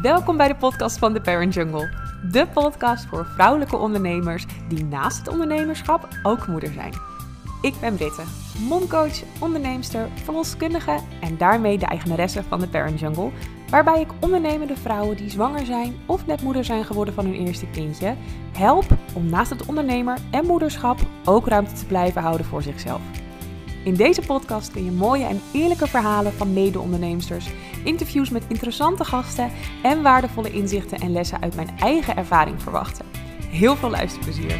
Welkom bij de podcast van The Parent Jungle. De podcast voor vrouwelijke ondernemers die naast het ondernemerschap ook moeder zijn. Ik ben Britte, momcoach, onderneemster, verloskundige en daarmee de eigenaresse van The Parent Jungle, waarbij ik ondernemende vrouwen die zwanger zijn of net moeder zijn geworden van hun eerste kindje, help om naast het ondernemer en moederschap ook ruimte te blijven houden voor zichzelf. In deze podcast kun je mooie en eerlijke verhalen van mede-onderneemsters, interviews met interessante gasten en waardevolle inzichten en lessen uit mijn eigen ervaring verwachten. Heel veel luisterplezier!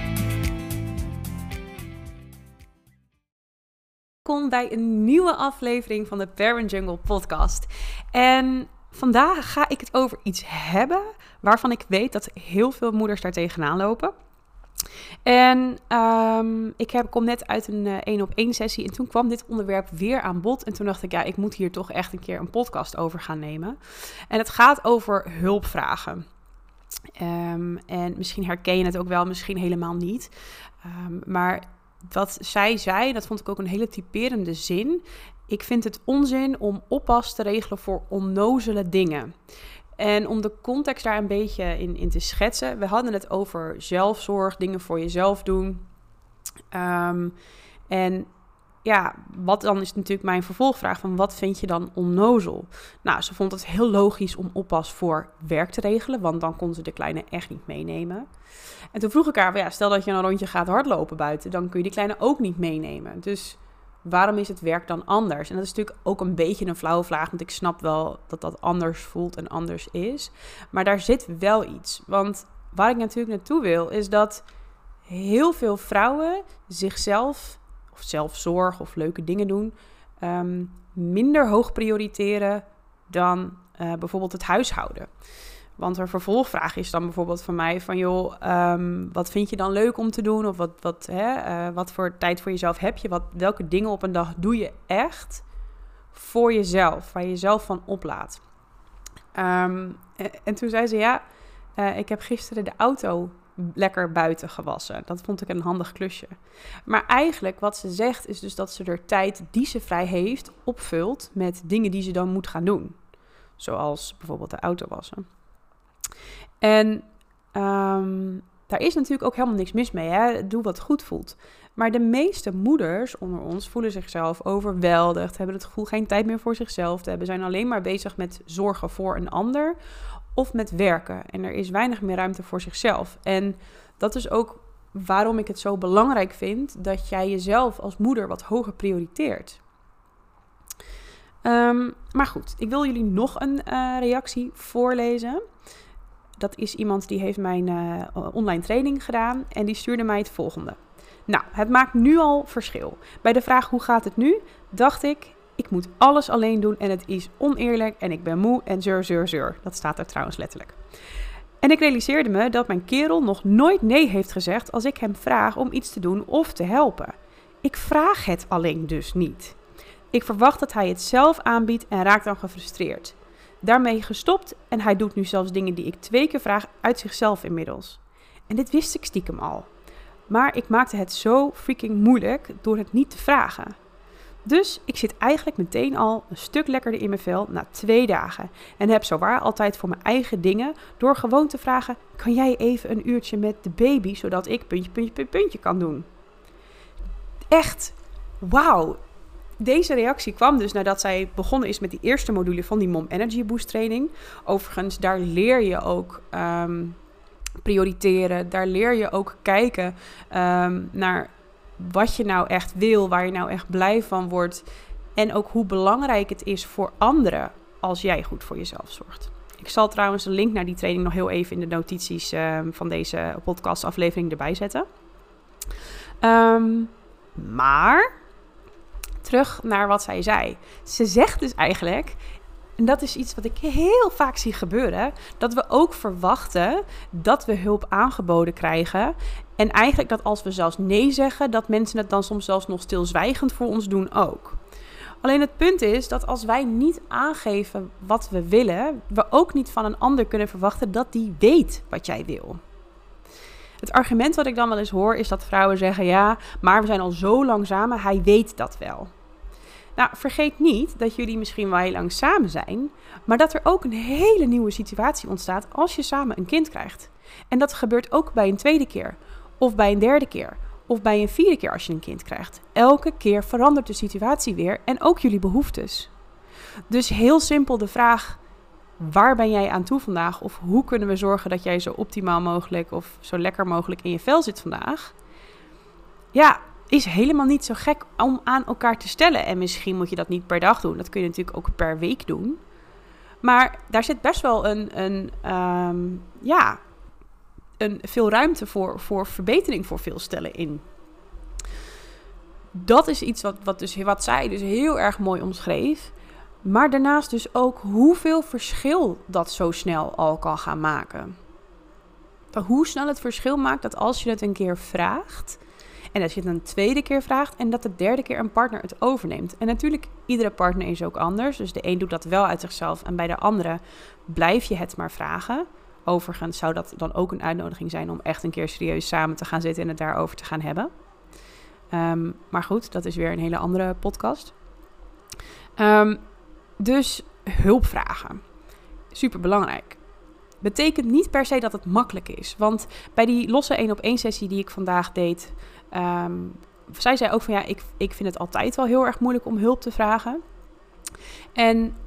Welkom bij een nieuwe aflevering van de Parent Jungle podcast. En vandaag ga ik het over iets hebben waarvan ik weet dat heel veel moeders daar tegenaan lopen. En ik kom net uit een 1-op-1 sessie en toen kwam dit onderwerp weer aan bod. En toen dacht ik, ik moet hier toch echt een keer een podcast over gaan nemen. En het gaat over hulpvragen. En misschien herken je het ook wel, misschien helemaal niet. Maar wat zij zei, dat vond ik ook een hele typerende zin. Ik vind het onzin om oppas te regelen voor onnozele dingen. En om de context daar een beetje in te schetsen. We hadden het over zelfzorg, dingen voor jezelf doen. En ja, wat dan is natuurlijk mijn vervolgvraag van wat vind je dan onnozel? Nou, ze vond het heel logisch om oppas voor werk te regelen, want dan kon ze de kleine echt niet meenemen. En toen vroeg ik haar, stel dat je een rondje gaat hardlopen buiten, dan kun je die kleine ook niet meenemen. Dus waarom is het werk dan anders? En dat is natuurlijk ook een beetje een flauwe vraag, want ik snap wel dat dat anders voelt en anders is. Maar daar zit wel iets. Want waar ik natuurlijk naartoe wil, is dat heel veel vrouwen zichzelf, of zelfzorg of leuke dingen doen, minder hoog prioriteren dan bijvoorbeeld het huishouden. Want een vervolgvraag is dan bijvoorbeeld van mij van wat vind je dan leuk om te doen? Of wat voor tijd voor jezelf heb je? Welke dingen op een dag doe je echt voor jezelf, waar je jezelf van oplaadt? En toen zei ze, ik heb gisteren de auto lekker buiten gewassen. Dat vond ik een handig klusje. Maar eigenlijk wat ze zegt is dus dat ze er tijd die ze vrij heeft opvult met dingen die ze dan moet gaan doen. Zoals bijvoorbeeld de auto wassen. En daar is natuurlijk ook helemaal niks mis mee. Hè? Doe wat goed voelt. Maar de meeste moeders onder ons voelen zichzelf overweldigd. Hebben het gevoel geen tijd meer voor zichzelf te hebben. Zijn alleen maar bezig met zorgen voor een ander. Of met werken. En er is weinig meer ruimte voor zichzelf. En dat is ook waarom ik het zo belangrijk vind dat jij jezelf als moeder wat hoger prioriteert. Maar goed, ik wil jullie nog een reactie voorlezen. Dat is iemand die heeft mijn online training gedaan en die stuurde mij het volgende. Nou, het maakt nu al verschil. Bij de vraag hoe gaat het nu, dacht ik moet alles alleen doen en het is oneerlijk en ik ben moe en zeur. Dat staat er trouwens letterlijk. En ik realiseerde me dat mijn kerel nog nooit nee heeft gezegd als ik hem vraag om iets te doen of te helpen. Ik vraag het alleen dus niet. Ik verwacht dat hij het zelf aanbiedt en raakt dan gefrustreerd. Daarmee gestopt en hij doet nu zelfs dingen die ik 2 keer vraag uit zichzelf inmiddels. En dit wist ik stiekem al. Maar ik maakte het zo freaking moeilijk door het niet te vragen. Dus ik zit eigenlijk meteen al een stuk lekkerder in mijn vel na 2 dagen. En heb zowaar altijd voor mijn eigen dingen door gewoon te vragen, kan jij even een uurtje met de baby, zodat ik puntje kan doen. Echt, wauw. Deze reactie kwam dus nadat zij begonnen is met die eerste module van die Mom Energy Boost training. Overigens, daar leer je ook prioriteren. Daar leer je ook kijken naar wat je nou echt wil, waar je nou echt blij van wordt. En ook hoe belangrijk het is voor anderen als jij goed voor jezelf zorgt. Ik zal trouwens de link naar die training nog heel even in de notities van deze podcastaflevering erbij zetten. Maar terug naar wat zij zei. Ze zegt dus eigenlijk, en dat is iets wat ik heel vaak zie gebeuren, dat we ook verwachten dat we hulp aangeboden krijgen. En eigenlijk dat als we zelfs nee zeggen, dat mensen het dan soms zelfs nog stilzwijgend voor ons doen ook. Alleen het punt is dat als wij niet aangeven wat we willen, we ook niet van een ander kunnen verwachten dat die weet wat jij wil. Het argument wat ik dan wel eens hoor is dat vrouwen zeggen, ja, maar we zijn al zo lang samen, hij weet dat wel. Nou, vergeet niet dat jullie misschien wel heel lang samen zijn, maar dat er ook een hele nieuwe situatie ontstaat als je samen een kind krijgt. En dat gebeurt ook bij een tweede keer, of bij een derde keer, of bij een vierde keer als je een kind krijgt. Elke keer verandert de situatie weer en ook jullie behoeftes. Dus heel simpel de vraag, waar ben jij aan toe vandaag? Of hoe kunnen we zorgen dat jij zo optimaal mogelijk of zo lekker mogelijk in je vel zit vandaag? Ja, is helemaal niet zo gek om aan elkaar te stellen. En misschien moet je dat niet per dag doen. Dat kun je natuurlijk ook per week doen. Maar daar zit best wel een veel ruimte voor verbetering voor veel stellen in. Dat is iets wat zij dus heel erg mooi omschreef. Maar daarnaast dus ook hoeveel verschil dat zo snel al kan gaan maken. Hoe snel het verschil maakt dat als je het een keer vraagt, en als je het een tweede keer vraagt en dat de derde keer een partner het overneemt. En natuurlijk, iedere partner is ook anders. Dus de een doet dat wel uit zichzelf en bij de andere blijf je het maar vragen. Overigens zou dat dan ook een uitnodiging zijn om echt een keer serieus samen te gaan zitten en het daarover te gaan hebben. Maar goed, dat is weer een hele andere podcast. Dus hulp vragen. Super belangrijk. Betekent niet per se dat het makkelijk is. Want bij die losse 1-op-1 sessie die ik vandaag deed, zij zei ook van ik vind het altijd wel heel erg moeilijk om hulp te vragen. En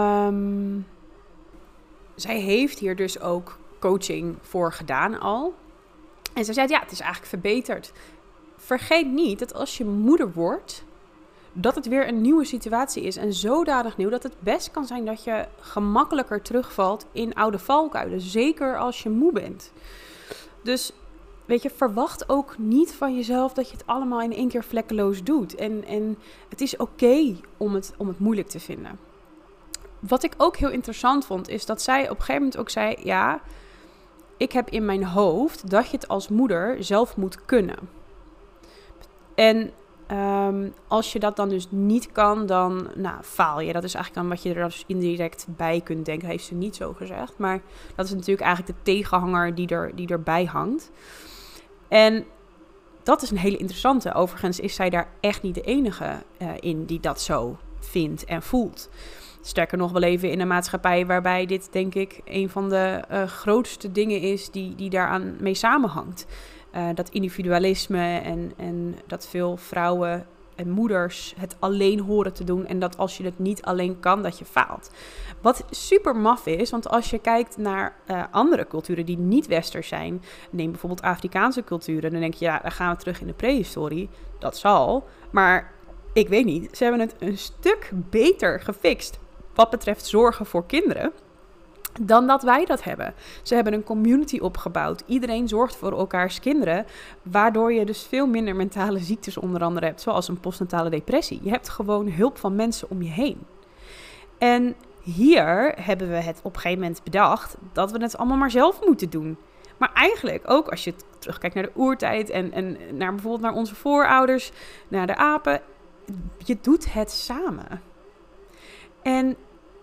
zij heeft hier dus ook coaching voor gedaan al. En zij zei het is eigenlijk verbeterd. Vergeet niet dat als je moeder wordt, dat het weer een nieuwe situatie is. En zodanig nieuw dat het best kan zijn dat je gemakkelijker terugvalt in oude valkuilen. Zeker als je moe bent. Dus weet je, verwacht ook niet van jezelf dat je het allemaal in één keer vlekkeloos doet. En het is oké om het moeilijk te vinden. Wat ik ook heel interessant vond, is dat zij op een gegeven moment ook zei, ja, ik heb in mijn hoofd dat je het als moeder zelf moet kunnen. En als je dat dan dus niet kan, dan faal je. Dat is eigenlijk dan wat je er dus indirect bij kunt denken. Heeft ze niet zo gezegd. Maar dat is natuurlijk eigenlijk de tegenhanger die erbij hangt. En dat is een hele interessante. Overigens is zij daar echt niet de enige in die dat zo vindt en voelt. Sterker nog, we leven in een maatschappij waarbij dit, denk ik, een van de grootste dingen is die daaraan mee samenhangt. Dat individualisme en dat veel vrouwen en moeders het alleen horen te doen. En dat als je het niet alleen kan, dat je faalt. Wat super maf is, want als je kijkt naar andere culturen die niet westers zijn. Neem bijvoorbeeld Afrikaanse culturen. Dan denk je, ja, dan gaan we terug in de prehistorie. Dat zal. Maar ik weet niet, ze hebben het een stuk beter gefixt wat betreft zorgen voor kinderen dan dat wij dat hebben. Ze hebben een community opgebouwd. Iedereen zorgt voor elkaars kinderen, waardoor je dus veel minder mentale ziektes onder andere hebt, zoals een postnatale depressie. Je hebt gewoon hulp van mensen om je heen. En hier hebben we het op een gegeven moment bedacht dat we het allemaal maar zelf moeten doen. Maar eigenlijk ook als je terugkijkt naar de oertijd en naar bijvoorbeeld naar onze voorouders, naar de apen. Je doet het samen. En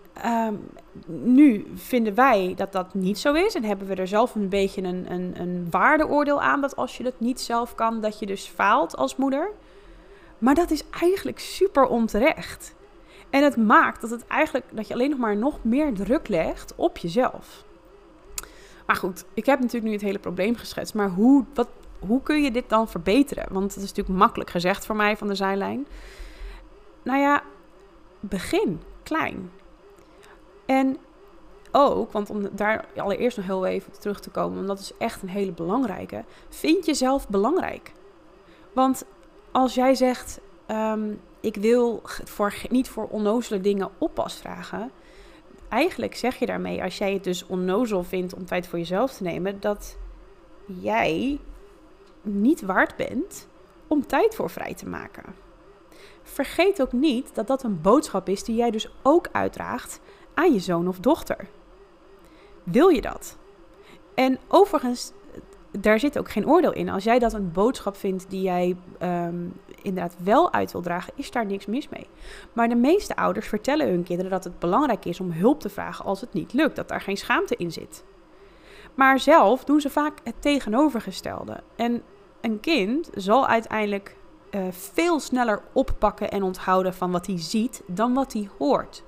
nu vinden wij dat dat niet zo is. En hebben we er zelf een beetje een waardeoordeel aan dat als je het niet zelf kan, dat je dus faalt als moeder. Maar dat is eigenlijk super onterecht. En het maakt dat je alleen nog meer druk legt op jezelf. Maar goed, ik heb natuurlijk nu het hele probleem geschetst. Maar hoe kun je dit dan verbeteren? Want het is natuurlijk makkelijk gezegd voor mij van de zijlijn. Nou ja, begin klein. En ook, want om daar allereerst nog heel even op terug te komen, want dat is echt een hele belangrijke. Vind jezelf belangrijk. Want als jij zegt, ik wil niet voor onnozele dingen oppas vragen. Eigenlijk zeg je daarmee, als jij het dus onnozel vindt om tijd voor jezelf te nemen, dat jij niet waard bent om tijd voor vrij te maken. Vergeet ook niet dat dat een boodschap is die jij dus ook uitdraagt aan je zoon of dochter. Wil je dat? En overigens, daar zit ook geen oordeel in. Als jij dat een boodschap vindt die jij inderdaad wel uit wil dragen, is daar niks mis mee. Maar de meeste ouders vertellen hun kinderen dat het belangrijk is om hulp te vragen als het niet lukt. Dat daar geen schaamte in zit. Maar zelf doen ze vaak het tegenovergestelde. En een kind zal uiteindelijk veel sneller oppakken en onthouden van wat hij ziet dan wat hij hoort.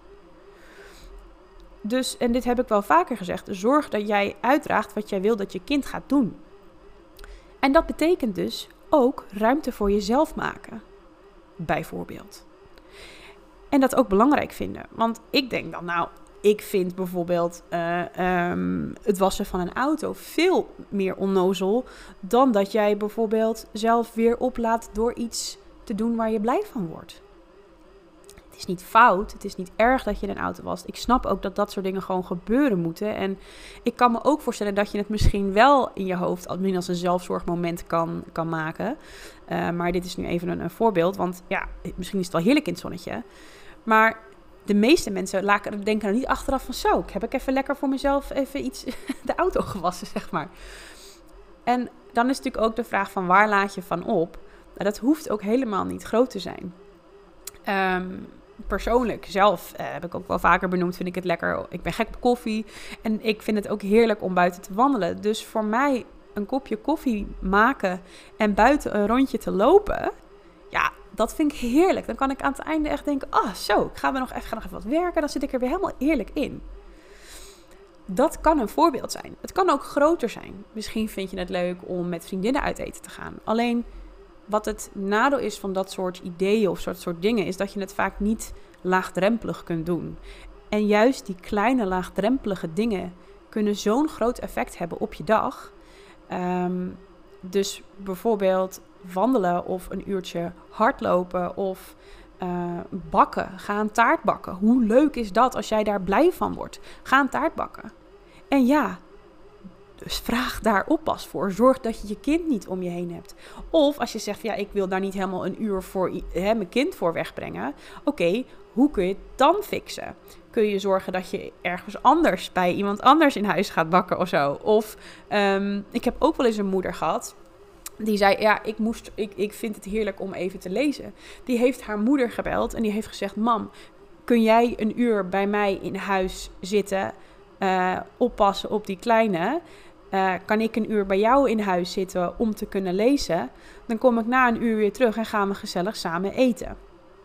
Dus, en dit heb ik wel vaker gezegd, zorg dat jij uitdraagt wat jij wil dat je kind gaat doen. En dat betekent dus ook ruimte voor jezelf maken, bijvoorbeeld. En dat ook belangrijk vinden. Want ik denk dan, ik vind bijvoorbeeld het wassen van een auto veel meer onnozel dan dat jij bijvoorbeeld zelf weer oplaadt door iets te doen waar je blij van wordt. Het is niet fout, het is niet erg dat je een auto wast. Ik snap ook dat dat soort dingen gewoon gebeuren moeten. En ik kan me ook voorstellen dat je het misschien wel in je hoofd als een zelfzorgmoment kan maken. Maar dit is nu even een voorbeeld, want ja, misschien is het wel heerlijk in het zonnetje. Maar de meeste mensen denken er niet achteraf van zo, heb ik even lekker voor mezelf even iets de auto gewassen, zeg maar. En dan is natuurlijk ook de vraag van waar laat je van op? Nou, dat hoeft ook helemaal niet groot te zijn. Persoonlijk zelf heb ik ook wel vaker benoemd, vind ik het lekker. Ik ben gek op koffie en ik vind het ook heerlijk om buiten te wandelen. Dus voor mij een kopje koffie maken en buiten een rondje te lopen, ja, dat vind ik heerlijk. Dan kan ik aan het einde echt denken, ik ga nog even wat werken. Dan zit ik er weer helemaal eerlijk in. Dat kan een voorbeeld zijn. Het kan ook groter zijn. Misschien vind je het leuk om met vriendinnen uit eten te gaan. Alleen wat het nadeel is van dat soort ideeën of soort dingen, is dat je het vaak niet laagdrempelig kunt doen. En juist die kleine laagdrempelige dingen kunnen zo'n groot effect hebben op je dag. Dus bijvoorbeeld wandelen of een uurtje hardlopen of bakken. Ga een taart bakken. Hoe leuk is dat als jij daar blij van wordt? Ga een taart bakken. En ja, dus vraag daar oppas voor. Zorg dat je je kind niet om je heen hebt. Of als je zegt, ja, ik wil daar niet helemaal een uur voor mijn kind voor wegbrengen. Oké, hoe kun je het dan fixen? Kun je zorgen dat je ergens anders bij iemand anders in huis gaat bakken of zo? Of ik heb ook wel eens een moeder gehad die zei, ja, ik vind het heerlijk om even te lezen. Die heeft haar moeder gebeld en die heeft gezegd, mam, kun jij een uur bij mij in huis zitten, oppassen op die kleine? Kan ik een uur bij jou in huis zitten om te kunnen lezen? Dan kom ik na een uur weer terug en gaan we gezellig samen eten.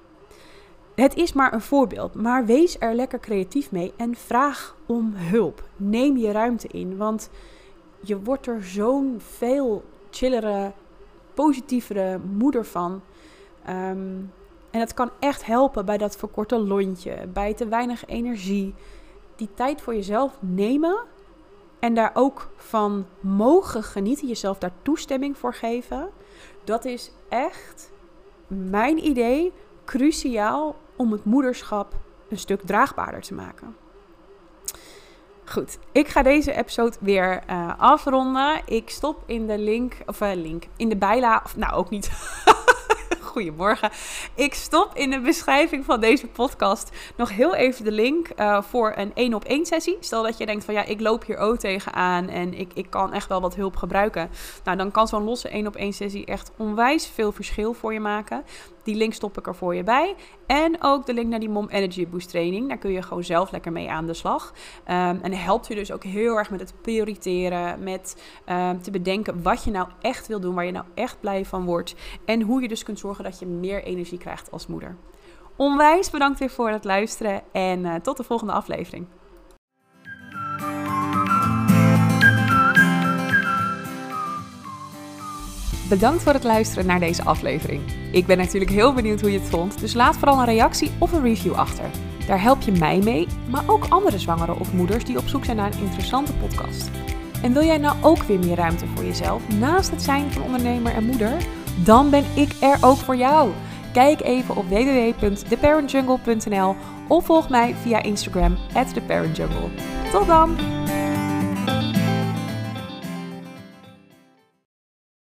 Het is maar een voorbeeld, maar wees er lekker creatief mee en vraag om hulp. Neem je ruimte in, want je wordt er zo'n veel chillere, positievere moeder van. En het kan echt helpen bij dat verkorte lontje, bij te weinig energie. Die tijd voor jezelf nemen en daar ook van mogen genieten, jezelf daar toestemming voor geven. Dat is echt mijn idee, cruciaal om het moederschap een stuk draagbaarder te maken. Goed, ik ga deze episode weer afronden. Ik stop in de link in de bijlage, ook niet. Goedemorgen. Ik stop in de beschrijving van deze podcast nog heel even de link voor een 1-op-1 sessie. Stel dat je denkt van ja, ik loop hier ook tegenaan en ik kan echt wel wat hulp gebruiken. Nou, dan kan zo'n losse 1-op-1 sessie echt onwijs veel verschil voor je maken. Die link stop ik er voor je bij. En ook de link naar die Mom Energy Boost training. Daar kun je gewoon zelf lekker mee aan de slag. En helpt je dus ook heel erg met het prioriteren. Met te bedenken wat je nou echt wil doen. Waar je nou echt blij van wordt. En hoe je dus kunt zorgen dat je meer energie krijgt als moeder. Onwijs bedankt weer voor het luisteren. En tot de volgende aflevering. Bedankt voor het luisteren naar deze aflevering. Ik ben natuurlijk heel benieuwd hoe je het vond, dus laat vooral een reactie of een review achter. Daar help je mij mee, maar ook andere zwangeren of moeders die op zoek zijn naar een interessante podcast. En wil jij nou ook weer meer ruimte voor jezelf, naast het zijn van ondernemer en moeder? Dan ben ik er ook voor jou. Kijk even op www.theparentjungle.nl of volg mij via Instagram @theparentjungle. Tot dan!